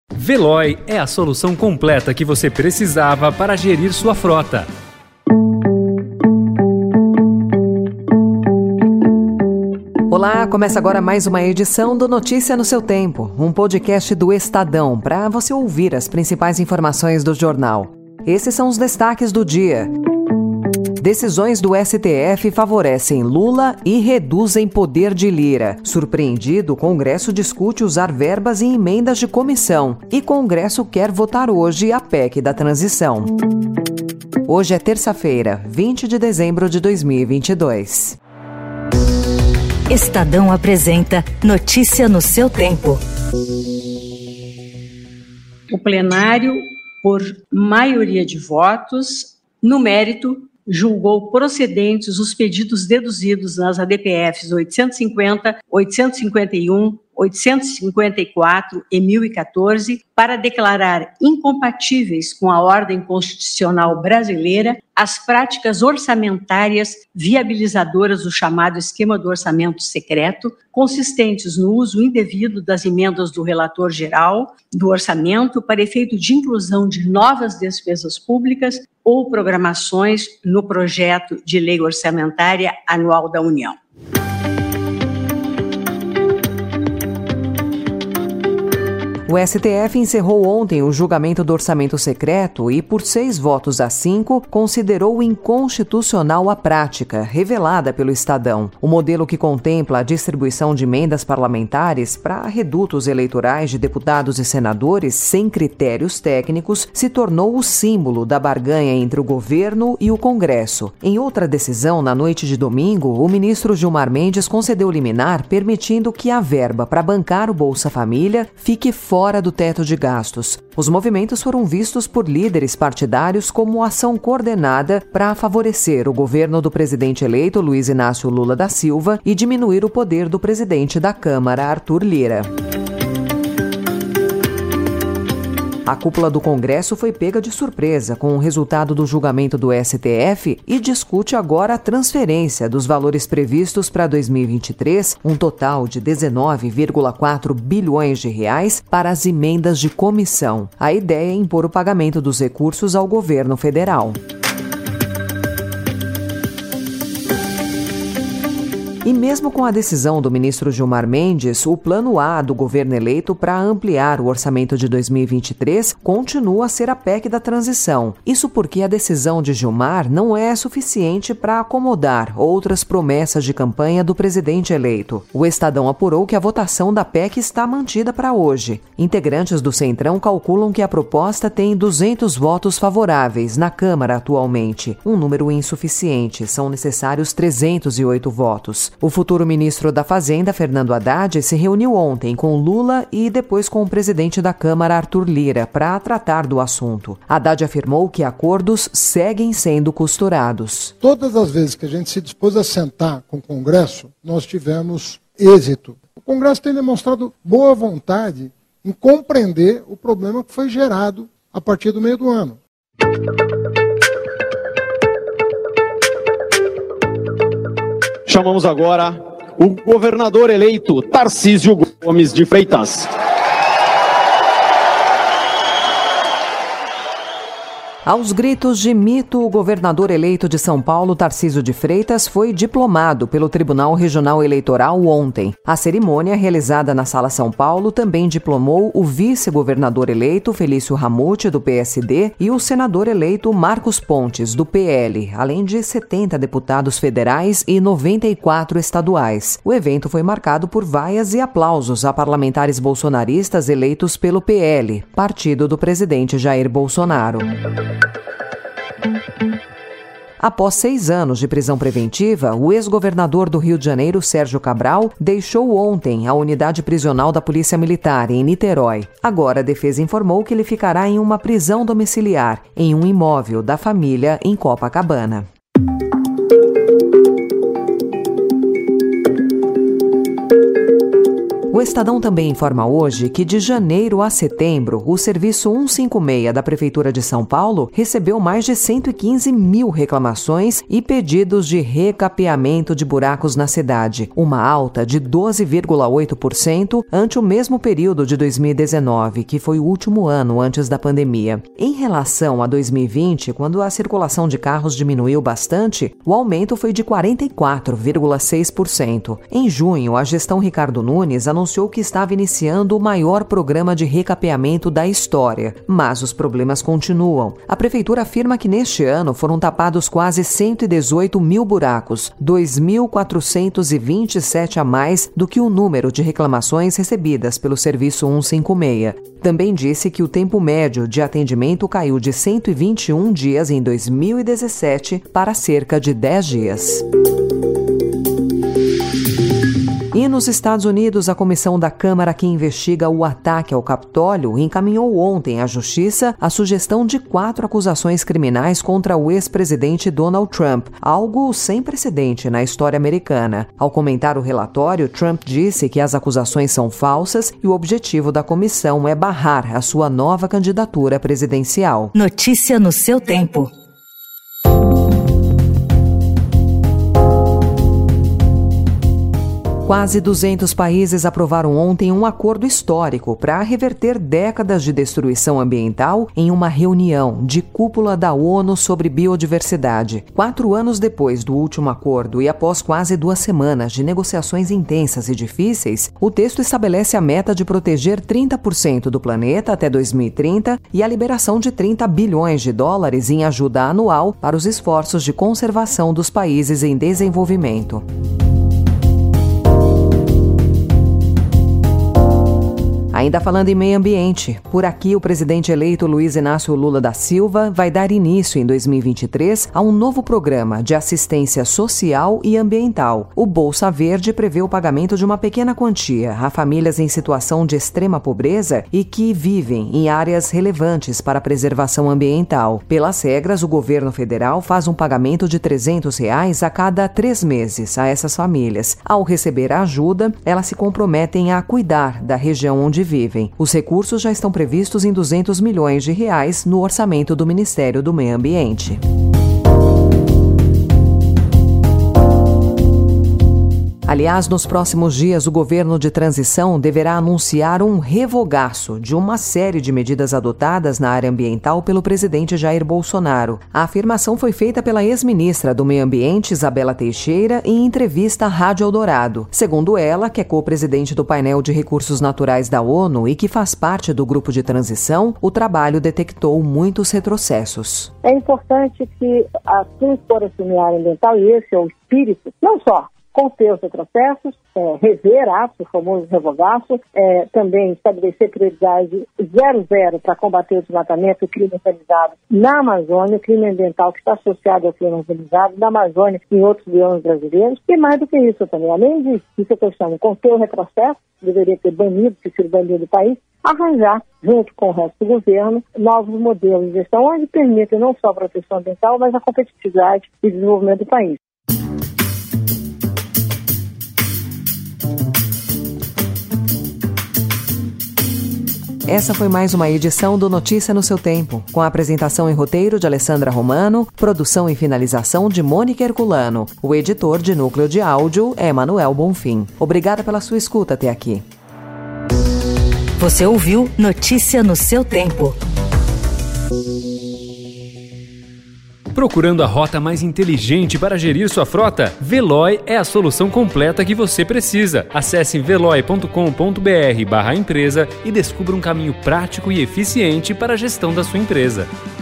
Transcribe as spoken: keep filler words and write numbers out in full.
Veloy é a solução completa que você precisava para gerir sua frota. Olá, começa agora mais uma edição do Notícia no seu Tempo, um podcast do Estadão para você ouvir as principais informações do jornal. Esses são os destaques do dia. Decisões do S T F favorecem Lula e reduzem poder de Lira. Surpreendido, o Congresso discute usar verbas em emendas de comissão. E Congresso quer votar hoje a P E C da transição. Hoje é terça-feira, vinte de dezembro de dois mil e vinte e dois. Estadão apresenta Notícia no seu Tempo. O plenário, por maioria de votos, no mérito, julgou procedentes os pedidos deduzidos nas A D P Fs oitocentos e cinquenta, oitocentos e cinquenta e um, oitocentos e cinquenta e quatro e mil e quatorze para declarar incompatíveis com a ordem constitucional brasileira as práticas orçamentárias viabilizadoras do chamado esquema do orçamento secreto, consistentes no uso indevido das emendas do relator geral do orçamento para efeito de inclusão de novas despesas públicas ou programações no projeto de lei orçamentária anual da União. O S T F encerrou ontem o julgamento do orçamento secreto e, por seis votos a cinco, considerou inconstitucional a prática, revelada pelo Estadão. O modelo que contempla a distribuição de emendas parlamentares para redutos eleitorais de deputados e senadores sem critérios técnicos se tornou o símbolo da barganha entre o governo e o Congresso. Em outra decisão, na noite de domingo, o ministro Gilmar Mendes concedeu liminar permitindo que a verba para bancar o Bolsa Família fique fora fora do teto de gastos. Os movimentos foram vistos por líderes partidários como ação coordenada para favorecer o governo do presidente eleito Luiz Inácio Lula da Silva e diminuir o poder do presidente da Câmara, Arthur Lira. A cúpula do Congresso foi pega de surpresa com o resultado do julgamento do S T F e discute agora a transferência dos valores previstos para dois mil e vinte e três, um total de dezenove vírgula quatro bilhões de reais, para as emendas de comissão. A ideia é impor o pagamento dos recursos ao governo federal. E mesmo com a decisão do ministro Gilmar Mendes, o plano A do governo eleito para ampliar o orçamento de dois mil e vinte e três continua a ser a P E C da transição. Isso porque a decisão de Gilmar não é suficiente para acomodar outras promessas de campanha do presidente eleito. O Estadão apurou que a votação da P E C está mantida para hoje. Integrantes do Centrão calculam que a proposta tem duzentos votos favoráveis na Câmara atualmente, um número insuficiente, são necessários trezentos e oito votos. O futuro ministro da Fazenda, Fernando Haddad, se reuniu ontem com Lula e depois com o presidente da Câmara, Arthur Lira, para tratar do assunto. Haddad afirmou que acordos seguem sendo costurados. Todas as vezes que a gente se dispôs a sentar com o Congresso, nós tivemos êxito. O Congresso tem demonstrado boa vontade em compreender o problema que foi gerado a partir do meio do ano. Chamamos agora o governador eleito Tarcísio Gomes de Freitas. Aos gritos de mito, o governador eleito de São Paulo, Tarcísio de Freitas, foi diplomado pelo Tribunal Regional Eleitoral ontem. A cerimônia, realizada na Sala São Paulo, também diplomou o vice-governador eleito, Felício Ramute, do P S D, e o senador eleito Marcos Pontes, do P L, além de setenta deputados federais e noventa e quatro estaduais. O evento foi marcado por vaias e aplausos a parlamentares bolsonaristas eleitos pelo P L, partido do presidente Jair Bolsonaro. Após seis anos de prisão preventiva, o ex-governador do Rio de Janeiro, Sérgio Cabral, deixou ontem a unidade prisional da Polícia Militar, em Niterói. Agora, a defesa informou que ele ficará em uma prisão domiciliar, em um imóvel da família em Copacabana. O O Estadão também informa hoje que de janeiro a setembro, o Serviço cento e cinquenta e seis da Prefeitura de São Paulo recebeu mais de cento e quinze mil reclamações e pedidos de recapeamento de buracos na cidade, uma alta de doze vírgula oito por cento ante o mesmo período de dois mil e dezenove, que foi o último ano antes da pandemia. Em relação a dois mil e vinte, quando a circulação de carros diminuiu bastante, o aumento foi de quarenta e quatro vírgula seis por cento. Em junho, a gestão Ricardo Nunes anunciou que estava iniciando o maior programa de recapeamento da história, mas os problemas continuam. A prefeitura afirma que neste ano foram tapados quase cento e dezoito mil buracos, dois mil quatrocentos e vinte e sete a mais do que o número de reclamações recebidas pelo Serviço cento e cinquenta e seis. Também disse que o tempo médio de atendimento caiu de cento e vinte e um dias em dois mil e dezessete para cerca de dez dias. E nos Estados Unidos, a comissão da Câmara que investiga o ataque ao Capitólio encaminhou ontem à Justiça a sugestão de quatro acusações criminais contra o ex-presidente Donald Trump, algo sem precedente na história americana. Ao comentar o relatório, Trump disse que as acusações são falsas e o objetivo da comissão é barrar a sua nova candidatura presidencial. Notícia no seu tempo. Quase duzentos países aprovaram ontem um acordo histórico para reverter décadas de destruição ambiental em uma reunião de cúpula da ONU sobre biodiversidade. Quatro anos depois do último acordo e após quase duas semanas de negociações intensas e difíceis, o texto estabelece a meta de proteger trinta por cento do planeta até dois mil e trinta e a liberação de trinta bilhões de dólares em ajuda anual para os esforços de conservação dos países em desenvolvimento. Ainda falando em meio ambiente, por aqui o presidente eleito Luiz Inácio Lula da Silva vai dar início em dois mil e vinte e três a um novo programa de assistência social e ambiental. O Bolsa Verde prevê o pagamento de uma pequena quantia a famílias em situação de extrema pobreza e que vivem em áreas relevantes para a preservação ambiental. Pelas regras, o governo federal faz um pagamento de trezentos reais a cada três meses a essas famílias. Ao receber a ajuda, elas se comprometem a cuidar da região onde vivem. Os recursos já estão previstos em duzentos milhões de reais no orçamento do Ministério do Meio Ambiente. Aliás, nos próximos dias, o governo de transição deverá anunciar um revogaço de uma série de medidas adotadas na área ambiental pelo presidente Jair Bolsonaro. A afirmação foi feita pela ex-ministra do Meio Ambiente, Isabela Teixeira, em entrevista à Rádio Eldorado. Segundo ela, que é co-presidente do painel de recursos naturais da ONU e que faz parte do grupo de transição, o trabalho detectou muitos retrocessos. É importante que, assim for assumir a área ambiental, e esse é o espírito, não só conter os retrocessos, é, rever atos, o famoso revogaço, é, também estabelecer prioridade zero zero para combater o desmatamento e o crime organizado na Amazônia, o crime ambiental que está associado ao crime organizado na Amazônia e em outros biomas brasileiros, e mais do que isso também, além de isso que eu chamo conter o retrocesso, deveria ter banido, se sido banido do país, arranjar, junto com o resto do governo, novos modelos de gestão onde permitem não só a proteção ambiental, mas a competitividade e desenvolvimento do país. Essa foi mais uma edição do Notícia no seu Tempo, com a apresentação e roteiro de Alessandra Romano, produção e finalização de Mônica Herculano. O editor de núcleo de áudio é Manuel Bonfim. Obrigada pela sua escuta até aqui. Você ouviu Notícia no seu Tempo. Procurando a rota mais inteligente para gerir sua frota? Veloy é a solução completa que você precisa. Acesse veloy ponto com ponto br barra empresa e descubra um caminho prático e eficiente para a gestão da sua empresa.